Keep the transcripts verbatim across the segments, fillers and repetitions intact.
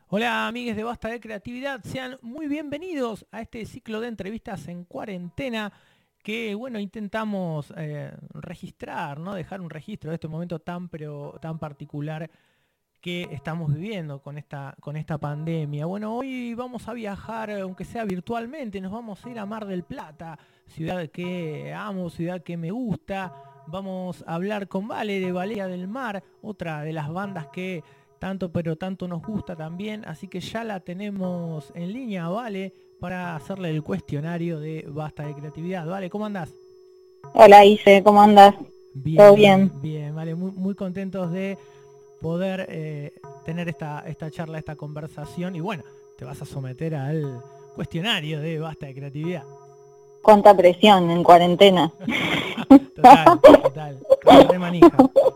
Hola amigues de Basta de Creatividad, sean muy bienvenidos a este ciclo de entrevistas en cuarentena que bueno intentamos eh, registrar, ¿no? Dejar un registro de este momento tan pero tan particular que estamos viviendo con esta, con esta pandemia. Bueno, hoy vamos a viajar, aunque sea virtualmente, nos vamos a ir a Mar del Plata, ciudad que amo, ciudad que me gusta. Vamos a hablar con Vale de Valeria del Mar, otra de las bandas que tanto pero tanto nos gusta también, así que ya la tenemos en línea, Vale, para hacerle el cuestionario de Basta de Creatividad. Vale, ¿cómo andás? Hola Ise, ¿cómo andas? Bien, ¿Todo bien? Bien, vale, muy, muy contentos de poder eh, tener esta, esta charla, esta conversación, y bueno, te vas a someter al cuestionario de Basta de Creatividad. ¿Cuánta presión en cuarentena? Total, total, re manija.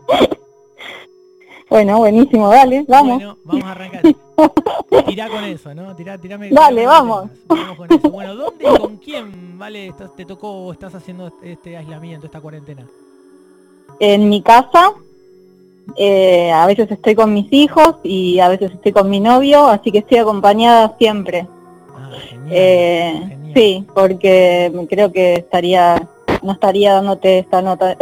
Bueno, buenísimo, dale, vamos. Bueno, vamos a arrancar. Tirá con eso, ¿no? Tirá, tirame, dale, tirame vamos. Vamos con eso. Bueno, ¿dónde y con quién, Vale, estás, te tocó o estás haciendo este aislamiento, esta cuarentena? En mi casa, eh, a veces estoy con mis hijos y a veces estoy con mi novio, así que estoy acompañada siempre. Ah, genial, eh, genial. Sí, porque creo que estaría, no estaría dándote esta nota.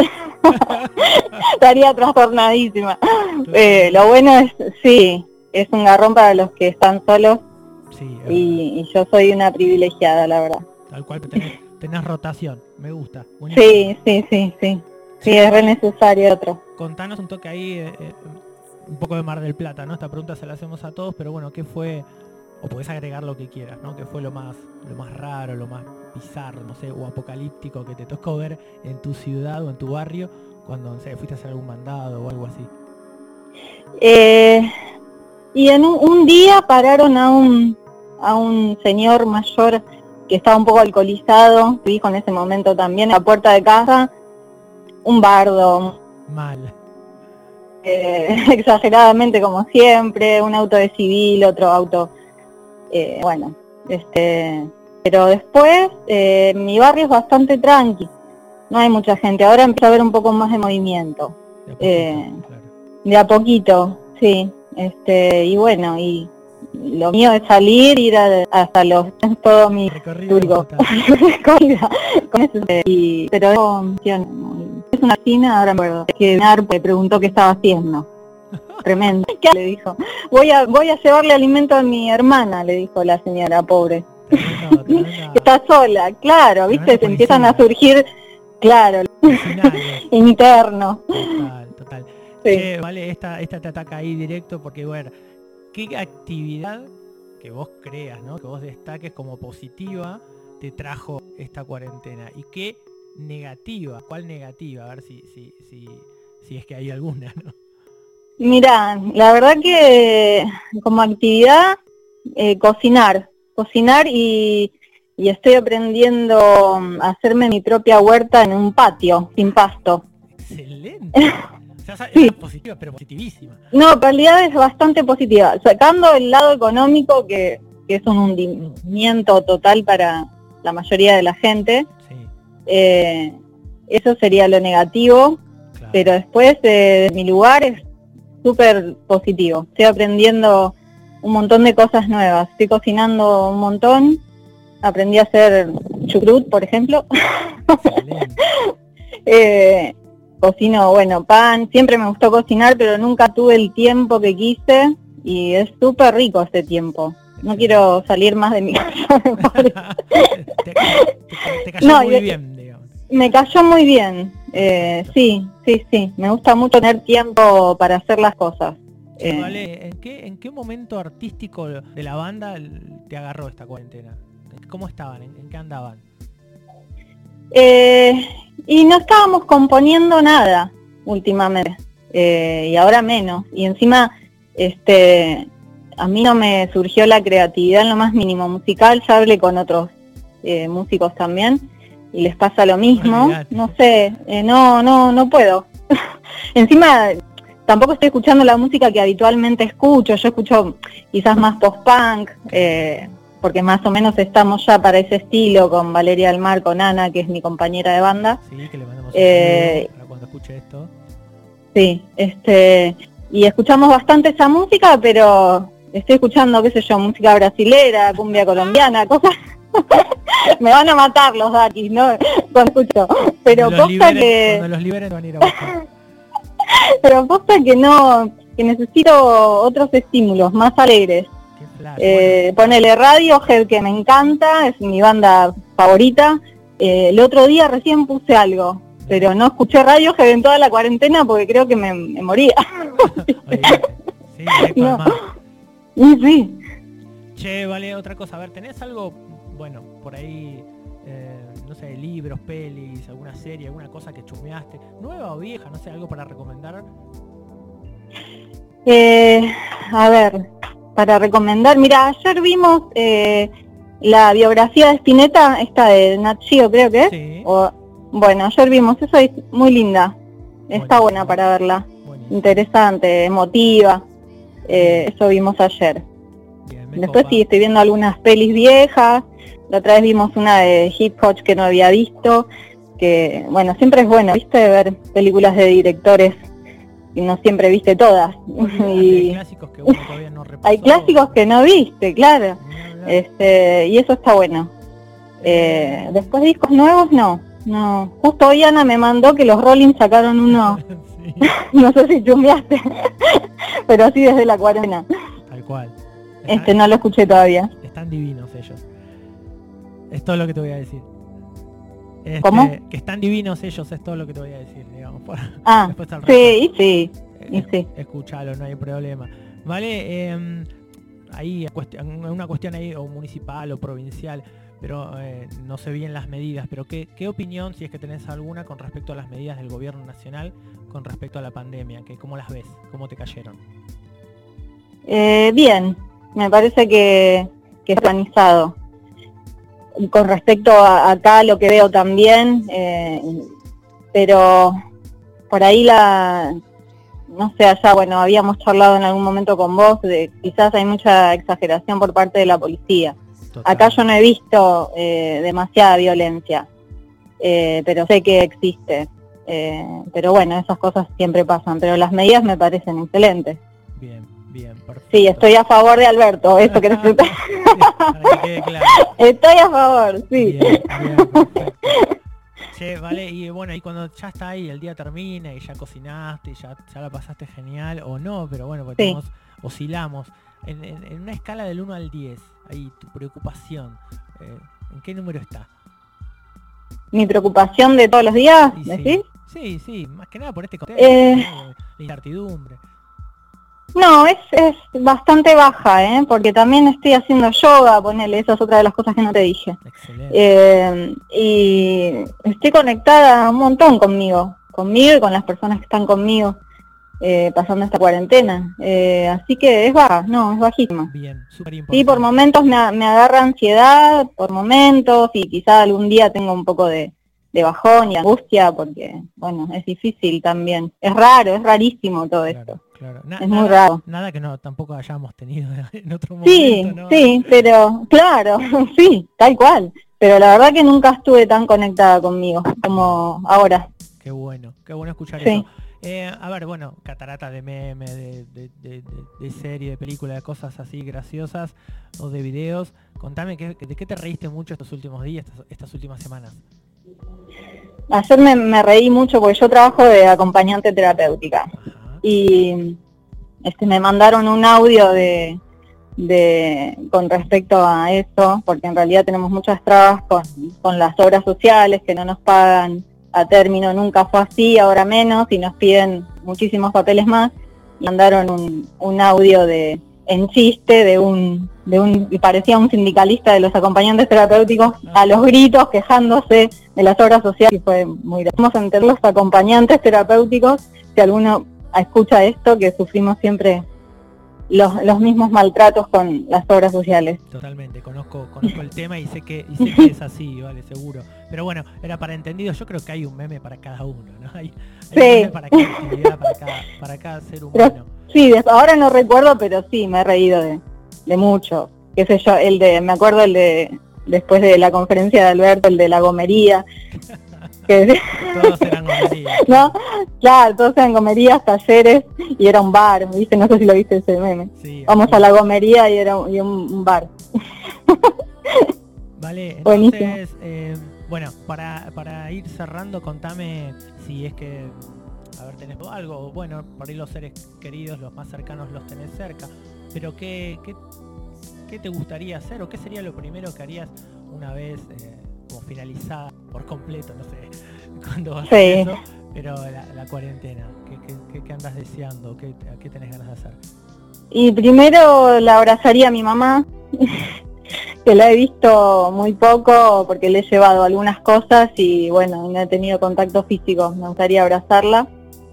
Estaría trastornadísima. Eh, lo bueno es, sí, es un garrón para los que están solos. Sí, y, y yo soy una privilegiada, la verdad. Tal cual, tenés, tenés rotación, me gusta. Buenísimo. Sí, sí, sí, sí. Sí, sí, es re necesario otro. Contanos un toque ahí, eh, eh, un poco de Mar del Plata, ¿no? Esta pregunta se la hacemos a todos, pero bueno, ¿qué fue? O podés agregar lo que quieras, ¿no? ¿Qué fue lo más, lo más raro, lo más bizarro, no sé, o apocalíptico que te tocó ver en tu ciudad o en tu barrio cuando, no sé, fuiste a hacer algún mandado o algo así? Eh, y en un, un día pararon a un a un señor mayor que estaba un poco alcoholizado, tu hijo en ese momento también, en la puerta de casa, un bardo. Mal. Eh, exageradamente como siempre, un auto de civil, otro auto, eh, bueno, este, pero después eh, mi barrio es bastante tranqui, no hay mucha gente, ahora empieza a haber un poco más de movimiento, De a poquito, eh, claro. de a poquito, sí, este, y bueno, y lo mío es salir, ir a, hasta los, todo mi recorrido con eso, y, pero es una china, ahora me acuerdo, que me preguntó qué estaba haciendo. Tremendo. ¿Qué le dijo? Voy a voy a llevarle alimento a mi hermana, le dijo la señora, pobre. Tremendo, tremendo. Está sola, claro, viste, se empiezan a surgir, claro, internos. Total, total. Sí. Che, Vale, esta, esta te ataca ahí directo porque, bueno, ¿qué actividad que vos creas, ¿no? Que vos destaques como positiva te trajo esta cuarentena? ¿Y qué negativa? ¿Cuál negativa? A ver si, si, si, si es que hay alguna, ¿no? Mirá, la verdad que como actividad, eh, cocinar, cocinar y, y estoy aprendiendo a hacerme mi propia huerta en un patio, sin pasto. Excelente. O sea, sí. Es positiva, pero positivísima. No, en realidad es bastante positiva. Sacando el lado económico, que, que es un hundimiento total para la mayoría de la gente, sí. eh, eso sería lo negativo, claro. Pero después eh, de mi lugar es súper positivo. Estoy aprendiendo un montón de cosas nuevas. Estoy cocinando un montón. Aprendí a hacer chucrut, por ejemplo. eh, cocino, bueno, pan. Siempre me gustó cocinar, pero nunca tuve el tiempo que quise. Y es súper rico este tiempo. No quiero salir más de mi casa. te, te, te cayó no, muy bien, digamos. Me cayó muy bien. Eh, sí, sí, sí. Me gusta mucho tener tiempo para hacer las cosas. Sí, eh, vale. ¿En qué, ¿En qué momento artístico de la banda te agarró esta cuarentena? ¿Cómo estaban? ¿En, en qué andaban? Eh, y no estábamos componiendo nada últimamente. Eh, y ahora menos. Y encima, este, a mí no me surgió la creatividad en lo más mínimo musical. Ya hablé con otros eh, músicos también. Y les pasa lo mismo, Olvidate. no sé, eh, no, no, no puedo. Encima, tampoco estoy escuchando la música que habitualmente escucho, yo escucho quizás más post-punk, eh, porque más o menos estamos ya para ese estilo con Valeria del Mar, con Ana, que es mi compañera de banda. Sí, que le mandamos eh, un para cuando escuche esto. Sí, este, y escuchamos bastante esa música, pero estoy escuchando, qué sé yo, música brasilera, cumbia colombiana, cosas... Me van a matar los datis, ¿no? Cuando escucho. Pero cuando posta liberen, que... Cuando los liberen van a ir a buscar. Pero posta que no... Que necesito otros estímulos más alegres. Qué flash, Eh, bueno. ponele Radiohead, que me encanta, es mi banda favorita. Eh, el otro día recién puse algo, pero no escuché Radiohead en toda la cuarentena porque creo que me, me moría. Oye, sí, hay No. más. Y sí. Che, vale, otra cosa. A ver, ¿tenés algo, bueno, por ahí, eh, no sé, libros, pelis, alguna serie, alguna cosa que chusmeaste? ¿Nueva o vieja? No sé, algo para recomendar. Eh, a ver, para recomendar, mira, ayer vimos eh, la biografía de Spinetta, esta de Nat Geo creo que es. Sí. O, bueno, ayer vimos, eso es muy linda, está Buenísimo. buena para verla, Buenísimo. interesante, emotiva, eh, eso vimos ayer. Bien, me Después copa. sí, estoy viendo algunas pelis viejas, la otra vez vimos una de Hitchcock que no había visto, que bueno, siempre es bueno, viste, ver películas de directores y no siempre viste todas. Olvidate, Y hay clásicos que uno todavía no repasó. hay clásicos que no viste, claro, Ni hablar. este y eso está bueno. Eh, después discos nuevos no, no. Justo hoy Ana me mandó que los Rolling sacaron uno, Sí, no sé si chumbeaste, pero así desde la cuarentena. tal cual. Este Están, no lo escuché todavía. están divinos ellos. Es todo lo que te voy a decir. Este, ¿Cómo? Que están divinos ellos, es todo lo que te voy a decir, digamos. Por- Ah, Después al resto, sí, sí, y eh, sí. escuchalo, no hay problema. Vale, eh, ahí cuestión- una cuestión ahí o municipal o provincial, pero eh, no sé bien las medidas, pero ¿qué, qué opinión, si es que tenés alguna, con respecto a las medidas del gobierno nacional con respecto a la pandemia? Que, ¿cómo las ves? ¿Cómo te cayeron? Eh, bien, me parece que, que es organizado. Con respecto a acá lo que veo también, eh, pero por ahí la, no sé, allá, bueno, habíamos charlado en algún momento con vos, de quizás hay mucha exageración por parte de la policía. Total. Acá yo no he visto eh, demasiada violencia, eh, pero sé que existe. Eh, pero bueno, esas cosas siempre pasan, pero las medidas me parecen excelentes. Bien, bien, perfecto. Sí, estoy a favor de Alberto, eso querés Sí, decir. para que quede claro. Estoy a favor, sí. Bien, bien, perfecto. Che, vale, y bueno, y cuando ya está ahí, el día termina y ya cocinaste y ya, ya la pasaste genial, o no, pero bueno, porque Sí. tenemos, oscilamos. En, en- en una escala del uno al diez, ahí tu preocupación, eh, ¿en qué número está? Mi preocupación de todos los días, Y sí, ¿decís? sí, sí, más que nada por este contexto, Eh. ¿no? La incertidumbre. No, es, es bastante baja, ¿eh? Porque también estoy haciendo yoga, ponele, esa es otra de las cosas que no te dije. Excelente. Eh, y estoy conectada un montón conmigo, conmigo y con las personas que están conmigo eh, pasando esta cuarentena. Eh, así que es baja, no, es bajísima. Bien, súper importante. Sí, por momentos me, a- me agarra ansiedad, por momentos, y quizá algún día tengo un poco de, de bajón y angustia, porque, bueno, es difícil también. Es raro, es rarísimo todo esto. Claro, claro. Na- Es muy nada, raro. nada que no tampoco hayamos tenido en otro momento, Sí, ¿no? sí, pero, claro, sí, tal cual. Pero la verdad que nunca estuve tan conectada conmigo como ahora. Qué bueno, qué bueno escuchar Sí. eso. Eh, a ver, bueno, catarata de memes, de, de, de, de, de serie, de película, de cosas así graciosas o de videos. Contame qué, de qué te reíste mucho estos últimos días, estas, estas últimas semanas. Ayer me, me reí mucho porque yo trabajo de acompañante terapéutica. Ajá. Y este me mandaron un audio de, de con respecto a eso, porque en realidad tenemos muchas trabas con, con las obras sociales que no nos pagan a término, nunca fue así, ahora menos, y nos piden muchísimos papeles más. Y mandaron un, un audio de en chiste de un de un y parecía un sindicalista de los acompañantes terapéuticos a los gritos quejándose de las obras sociales, y fue muy gracioso. Vamos a entender los acompañantes terapéuticos, si alguno escucha esto, que sufrimos siempre los, los mismos maltratos con las obras sociales. Totalmente, conozco, conozco el tema y sé que, y sé que es así, vale, seguro. Pero bueno, era para entendidos, yo creo que hay un meme para cada uno, ¿no? Hay, hay Sí. un meme para cada actividad, para cada, para cada ser humano. Sí, de- ahora no recuerdo, pero sí, me he reído de, de mucho. Qué sé yo, el de, me acuerdo el de, después de la conferencia de Alberto, el de la gomería, que... Todos eran gomerías. ¿No? Claro, todos eran gomerías, talleres, y era un bar, ¿viste? No sé si lo viste ese meme. Sí, Vamos sí. a la gomería y era un, y un, un bar. Vale, Buenísimo. entonces, eh, bueno, para, para ir cerrando, contame si es que, a ver, tenés algo, bueno, por ahí los seres queridos, los más cercanos los tenés cerca, pero ¿qué, qué, qué te gustaría hacer o qué sería lo primero que harías una vez eh, como finalizada por completo, no sé, cuándo va a ser Sí. eso, pero la, la cuarentena, ¿qué, qué, qué, qué andas deseando? ¿Qué, ¿Qué tenés ganas de hacer? Y primero la abrazaría a mi mamá, que la he visto muy poco porque le he llevado algunas cosas y bueno, no he tenido contacto físico, me gustaría abrazarla.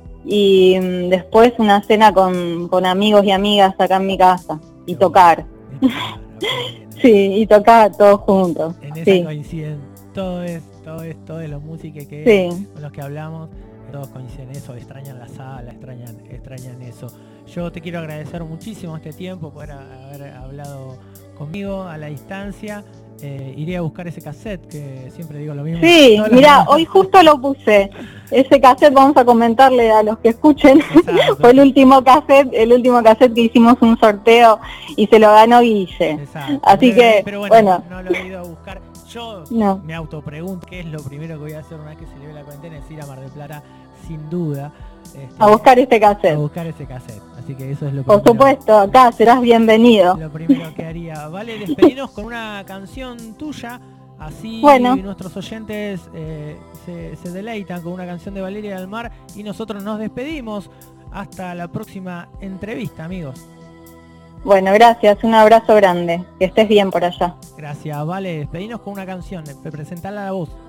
Y mm, después una cena con, con amigos y amigas acá en mi casa y Qué tocar. bueno. Claro, qué bueno. Sí, y tocar todos juntos. En esa Sí, coinciden todo es, todo es, todo es los músicos que sí. con los que hablamos, todos coinciden eso, extrañan la sala, extrañan, extrañan eso. Yo te quiero agradecer muchísimo este tiempo por haber hablado conmigo a la distancia. Eh, iré a buscar ese cassette que siempre digo lo mismo. Sí, todas las mira, semanas. hoy justo lo puse. Ese cassette vamos a comentarle a los que escuchen. Exacto. Fue el último cassette, el último cassette que hicimos un sorteo y se lo ganó Guille. Exacto. Así Pero- que, pero bueno, bueno, no lo he ido a buscar. Yo no. me autopregunto qué es lo primero que voy a hacer una vez que se libre la cuarentena, es ir a Mar del Plata, sin duda. Este, A buscar este a cassette. buscar ese cassette. Así que eso es lo Por primero, supuesto, acá serás bienvenido. lo primero que haría. Vale, despedirnos con una canción tuya, así Bueno. nuestros oyentes eh, se, se deleitan con una canción de Valeria del Mar y nosotros nos despedimos. Hasta la próxima entrevista, amigos. Bueno, gracias, un abrazo grande. Que estés bien por allá. Gracias, Vale. Despedimos con una canción, presentala a la voz.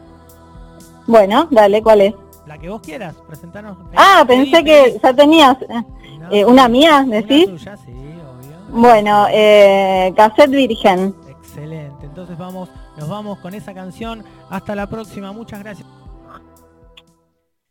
Bueno, dale, ¿cuál es? La que vos quieras, presentanos. Ah, Pedí, pensé pedí. que ya tenías eh, No, eh, una mía, una ¿decís? tuya, sí, obvio. Bueno, eh, cassette virgen. Excelente. Entonces vamos, nos vamos con esa canción. Hasta la próxima. Muchas gracias.